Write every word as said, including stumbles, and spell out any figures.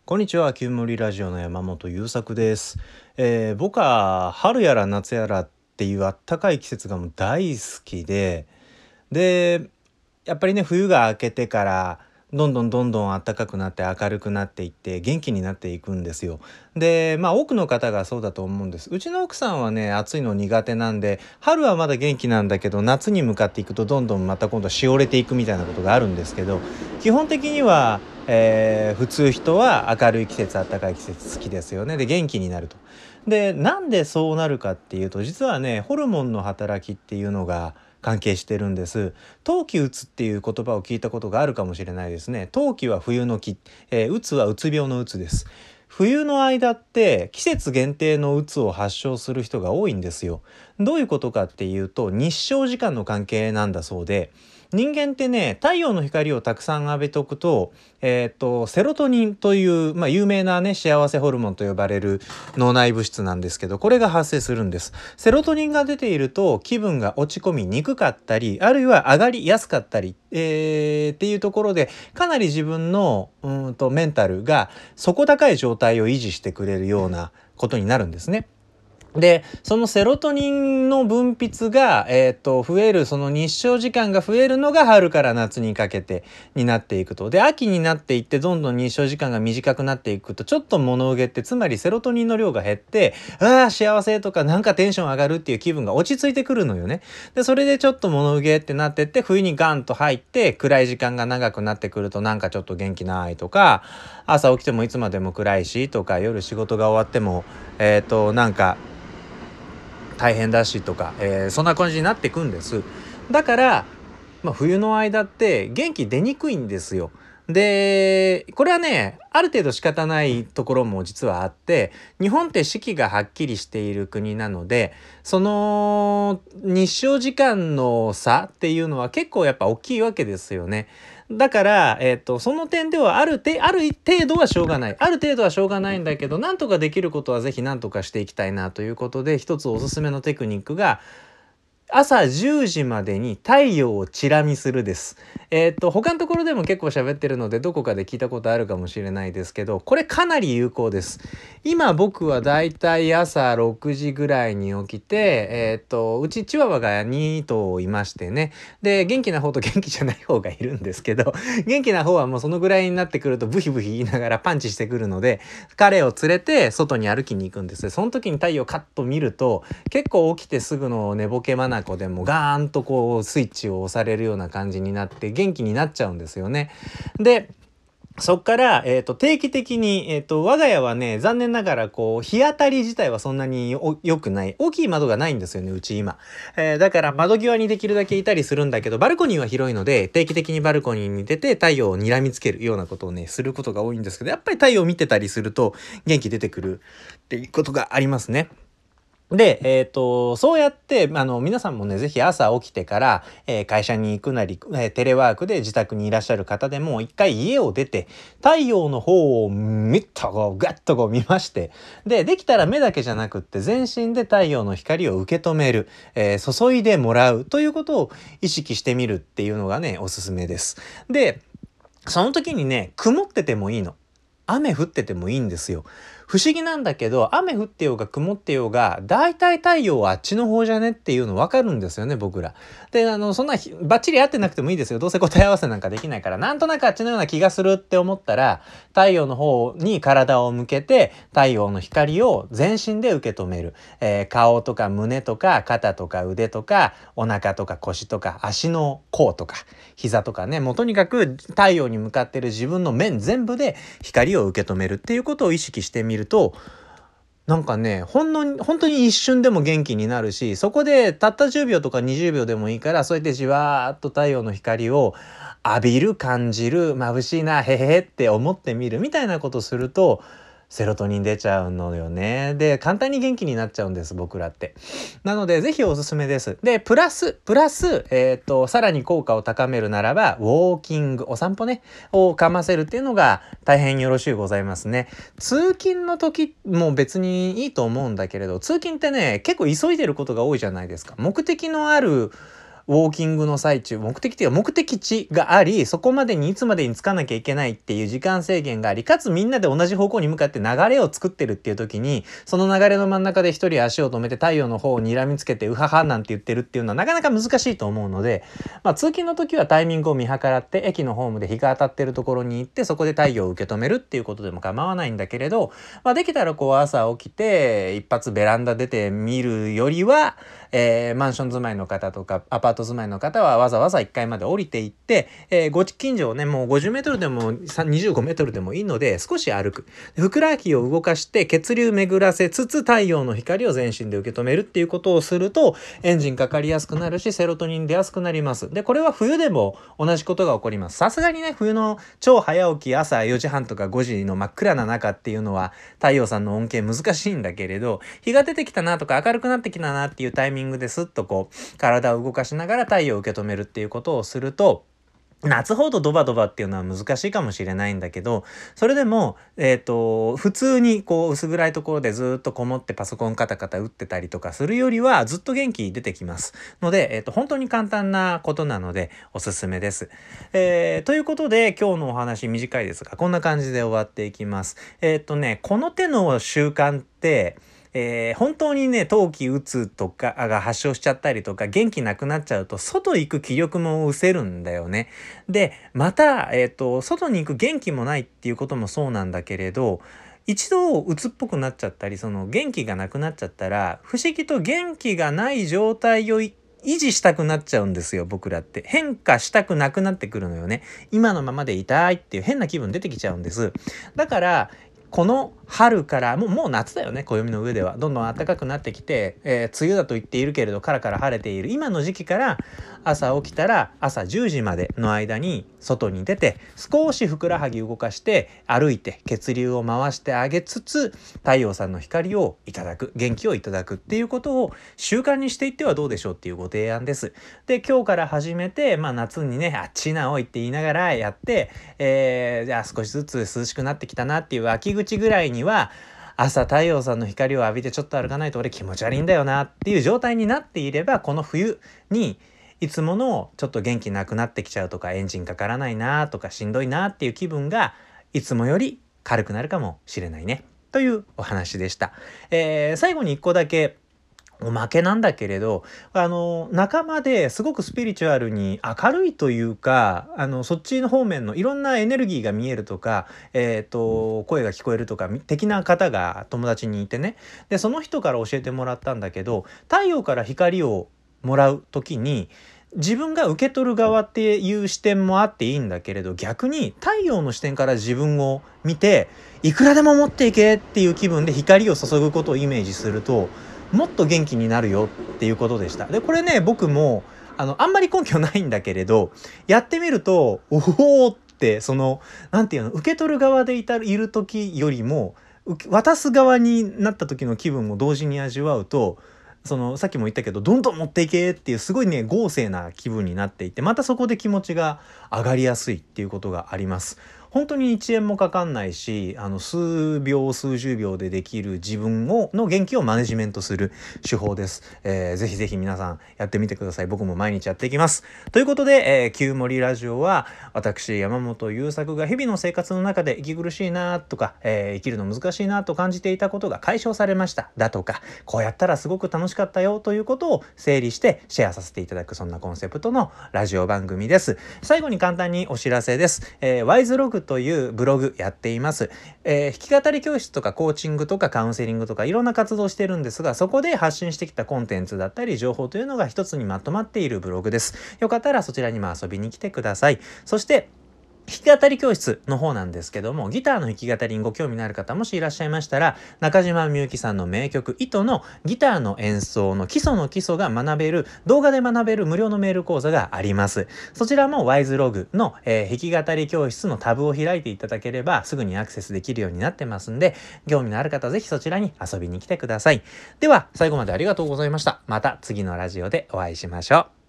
こんにちは、きゅうもりラジオの山本優作です。えー僕は春やら夏やらっていうあったかい季節がもう大好きで、で、やっぱりね、冬が明けてからどんどんどんどん暖かくなって明るくなっていって元気になっていくんですよ。で、まあ多くの方がそうだと思うんです。うちの奥さんはね、暑いの苦手なんで、春はまだ元気なんだけど、夏に向かっていくとどんどんまた今度しおれていくみたいなことがあるんですけど、基本的には、えー普通人は明るい季節、暖かい季節好きですよね。で、元気になると。で、なんでそうなるかっていうと、実はね、ホルモンの働きっていうのが関係してるんです。冬季うつっていう言葉を聞いたことがあるかもしれないですね。冬季は冬の季、えー、うつはうつ病のうつです。冬の間って季節限定のうつを発症する人が多いんですよ。どういうことかっていうと、日照時間の関係なんだそうで、人間ってね、太陽の光をたくさん浴びとくと、えーっと、セロトニンという、まあ、有名なね、幸せホルモンと呼ばれる脳内物質なんですけど、これが発生するんです。セロトニンが出ていると気分が落ち込みにくかったり、あるいは上がりやすかったり、えー、っていうところで、かなり自分のうーんとメンタルが底高い状態を維持してくれるようなことになるんですね。で、そのセロトニンの分泌が、えっと、増える、その日照時間が増えるのが春から夏にかけてになっていくと。で、秋になっていって、どんどん日照時間が短くなっていくと、ちょっと物憂げって、つまりセロトニンの量が減って、ああ、幸せとか、なんかテンション上がるっていう気分が落ち着いてくるのよね。で、それでちょっと物憂げってなってって、冬にガンと入って、暗い時間が長くなってくると、なんかちょっと元気ないとか、朝起きてもいつまでも暗いしとか、夜仕事が終わっても、えっと、なんか、大変だしとか、えーそんな感じになっていくんです。だから、まあ、冬の間って元気出にくいんですよ。で、これはね、ある程度仕方ないところも実はあって、日本って四季がはっきりしている国なので、その日照時間の差っていうのは結構やっぱ大きいわけですよね。だから、えっと、その点ではあるて、ある程度はしょうがない。ある程度はしょうがないんだけど、なんとかできることはぜひなんとかしていきたいなということで、一つおすすめのテクニックが、朝じゅうじまでに太陽をチラ見するです。えーっと、他のところでも結構喋ってるので、どこかで聞いたことあるかもしれないですけど、これかなり有効です。今僕はだいたい朝ろくじぐらいに起きて、えーっと、うちチワワがに頭いましてね。で、元気な方と元気じゃない方がいるんですけど、元気な方はもうそのぐらいになってくるとブヒブヒ言いながらパンチしてくるので、彼を連れて外に歩きに行くんです。その時に太陽カッと見ると、結構起きてすぐの寝ぼけ眼でもガーンとこうスイッチを押されるような感じになって元気になっちゃうんですよね。で、そっから、えっと、定期的に、えっと、我が家はね、残念ながら、こう、日当たり自体はそんなにお良くない。大きい窓がないんですよね、うち今。えーだから窓際にできるだけいたりするんだけど、バルコニーは広いので、定期的にバルコニーに出て太陽を睨みつけるようなことをね、することが多いんですけど、やっぱり太陽を見てたりすると、元気出てくるっていうことがありますね。で、えっと、そうやって、あの、皆さんもね、ぜひ朝起きてから、えー会社に行くなり、えーテレワークで自宅にいらっしゃる方でも、一回家を出て、太陽の方をみっとこう、ガッとこう見まして、で、できたら目だけじゃなくって、全身で太陽の光を受け止める、えー注いでもらうということを意識してみるっていうのがね、おすすめです。で、その時にね、曇っててもいいの。雨降っててもいいんですよ。不思議なんだけど、雨降ってようが曇ってようが、だいたい太陽はあっちの方じゃねっていうの分かるんですよね、僕ら。で、あの、そんなひバッチリ合ってなくてもいいですよ。どうせ答え合わせなんかできないから、なんとなくあっちのような気がするって思ったら、太陽の方に体を向けて、太陽の光を全身で受け止める。えー顔とか胸とか肩とか腕とかお腹とか腰とか足の甲とか膝とかね、もうとにかく太陽に向かってる自分の面全部で光を受け止めるっていうことを意識してみると、なんかね、ほんの、本当に一瞬でも元気になるし、そこでたったじゅうびょうとかにじゅうびょうでもいいから、そうやってじわーっと太陽の光を浴びる、感じる、眩しいな、へへへって思ってみるみたいなことすると、セロトニン出ちゃうのよね。で、簡単に元気になっちゃうんです、僕らって。なので、ぜひおすすめです。で、プラス、プラス、えっと、さらに効果を高めるならば、ウォーキング、お散歩ね、をかませるっていうのが大変よろしゅうございますね。通勤の時も別にいいと思うんだけれど、通勤ってね、結構急いでることが多いじゃないですか。目的のあるウォーキングの最中、目的地が目的地があり、そこまでにいつまでに着かなきゃいけないっていう時間制限があり、かつみんなで同じ方向に向かって流れを作ってるっていう時に、その流れの真ん中で一人足を止めて太陽の方を睨みつけてうははなんて言ってるっていうのはなかなか難しいと思うので、まあ通勤の時はタイミングを見計らって駅のホームで日が当たってるところに行って、そこで太陽を受け止めるっていうことでも構わないんだけれど、まあできたらこう朝起きて一発ベランダ出て見るよりは、えー、マンション住まいの方とかアパート住まいの方はわざわざいっかいまで降りていって、えー、ご近所をね、もうごじゅうメートルでもにじゅうごメートルでもいいので少し歩く。ふくらはぎを動かして血流巡らせつつ太陽の光を全身で受け止めるっていうことをするとエンジンかかりやすくなるし、セロトニン出やすくなります。で、これは冬でも同じことが起こります。さすがにね、冬の超早起き朝よじはんとかごじの真っ暗な中っていうのは太陽さんの恩恵難しいんだけれど、日が出てきたなとか明るくなってきたなっていうタイミングですっとこう体を動かしながら太陽を受け止めるっていうことをすると、夏ほどドバドバっていうのは難しいかもしれないんだけど、それでも、えっと、普通にこう薄暗いところでずっとこもってパソコンカタカタ打ってたりとかするよりはずっと元気出てきますので、えっと、本当に簡単なことなのでおすすめです。えー、ということで今日のお話短いですがこんな感じで終わっていきます。えっとね、この手の習慣ってえー、本当にね、冬季うつとかが発症しちゃったりとか元気なくなっちゃうと外行く気力も失せるんだよね。で、また、えっと、外に行く元気もないっていうこともそうなんだけれど、一度うつっぽくなっちゃったり、その元気がなくなっちゃったら、不思議と元気がない状態を維持したくなっちゃうんですよ、僕らって。変化したくなくなってくるのよね。今のままでいたいっていう変な気分出てきちゃうんです。だから、この春からもう、もう夏だよね、暦の上ではどんどん暖かくなってきて、えー、梅雨だと言っているけれどカラカラ晴れている今の時期から朝起きたら朝じゅうじまでの間に外に出て少しふくらはぎ動かして歩いて血流を回してあげつつ太陽さんの光をいただく、元気をいただくっていうことを習慣にしていってはどうでしょうっていうご提案です。で、今日から始めて、まあ、夏にねあっちなおいって言いながらやって、えー、じゃあ少しずつ涼しくなってきたなっていう秋口ぐらいには朝太陽さんの光を浴びてちょっと歩かないと俺気持ち悪いんだよなっていう状態になっていれば、この冬にいつものちょっと元気なくなってきちゃうとかエンジンかからないなとかしんどいなっていう気分がいつもより軽くなるかもしれないねというお話でした。えー、最後に一個だけおまけなんだけれど、あの仲間ですごくスピリチュアルに明るいというか、あのそっちの方面のいろんなエネルギーが見えるとか、えーと声が聞こえるとか的な方が友達にいてね、でその人から教えてもらったんだけど、太陽から光をもらう時に自分が受け取る側っていう視点もあっていいんだけれど、逆に太陽の視点から自分を見ていくらでも持っていけっていう気分で光を注ぐことをイメージするともっと元気になるよっていうことでした。で、これね、僕もあのあんまり根拠ないんだけれどやってみるとおおってそのなんていうの、受け取る側でいたいる時よりも渡す側になった時の気分を同時に味わうと、そのさっきも言ったけどどんどん持っていけっていうすごいね豪勢な気分になっていて、またそこで気持ちが上がりやすいっていうことがあります。本当にいちえんもかかんないし、あの数秒数十秒でできる自分をの元気をマネジメントする手法です。えー、ぜひぜひ皆さんやってみてください。僕も毎日やっていきます。ということで、えー、旧森ラジオは私山本優作が日々の生活の中で息苦しいなとか、えー、生きるの難しいなと感じていたことが解消されましただとか、こうやったらすごく楽しかったよということを整理してシェアさせていただく、そんなコンセプトのラジオ番組です。最後に簡単にお知らせです。えー、ワイズログというブログやっています。えー、弾き語り教室とかコーチングとかカウンセリングとかいろんな活動してるんですが、そこで発信してきたコンテンツだったり情報というのが一つにまとまっているブログです。よかったらそちらにも遊びに来てください。そして弾き語り教室の方なんですけども、ギターの弾き語りにご興味のある方もしいらっしゃいましたら、中島みゆきさんの名曲糸のギターの演奏の基礎の基礎が学べる、動画で学べる無料のメール講座があります。そちらもワイズログの、えー、弾き語り教室のタブを開いていただければすぐにアクセスできるようになってますんで、興味のある方ぜひそちらに遊びに来てください。では最後までありがとうございました。また次のラジオでお会いしましょう。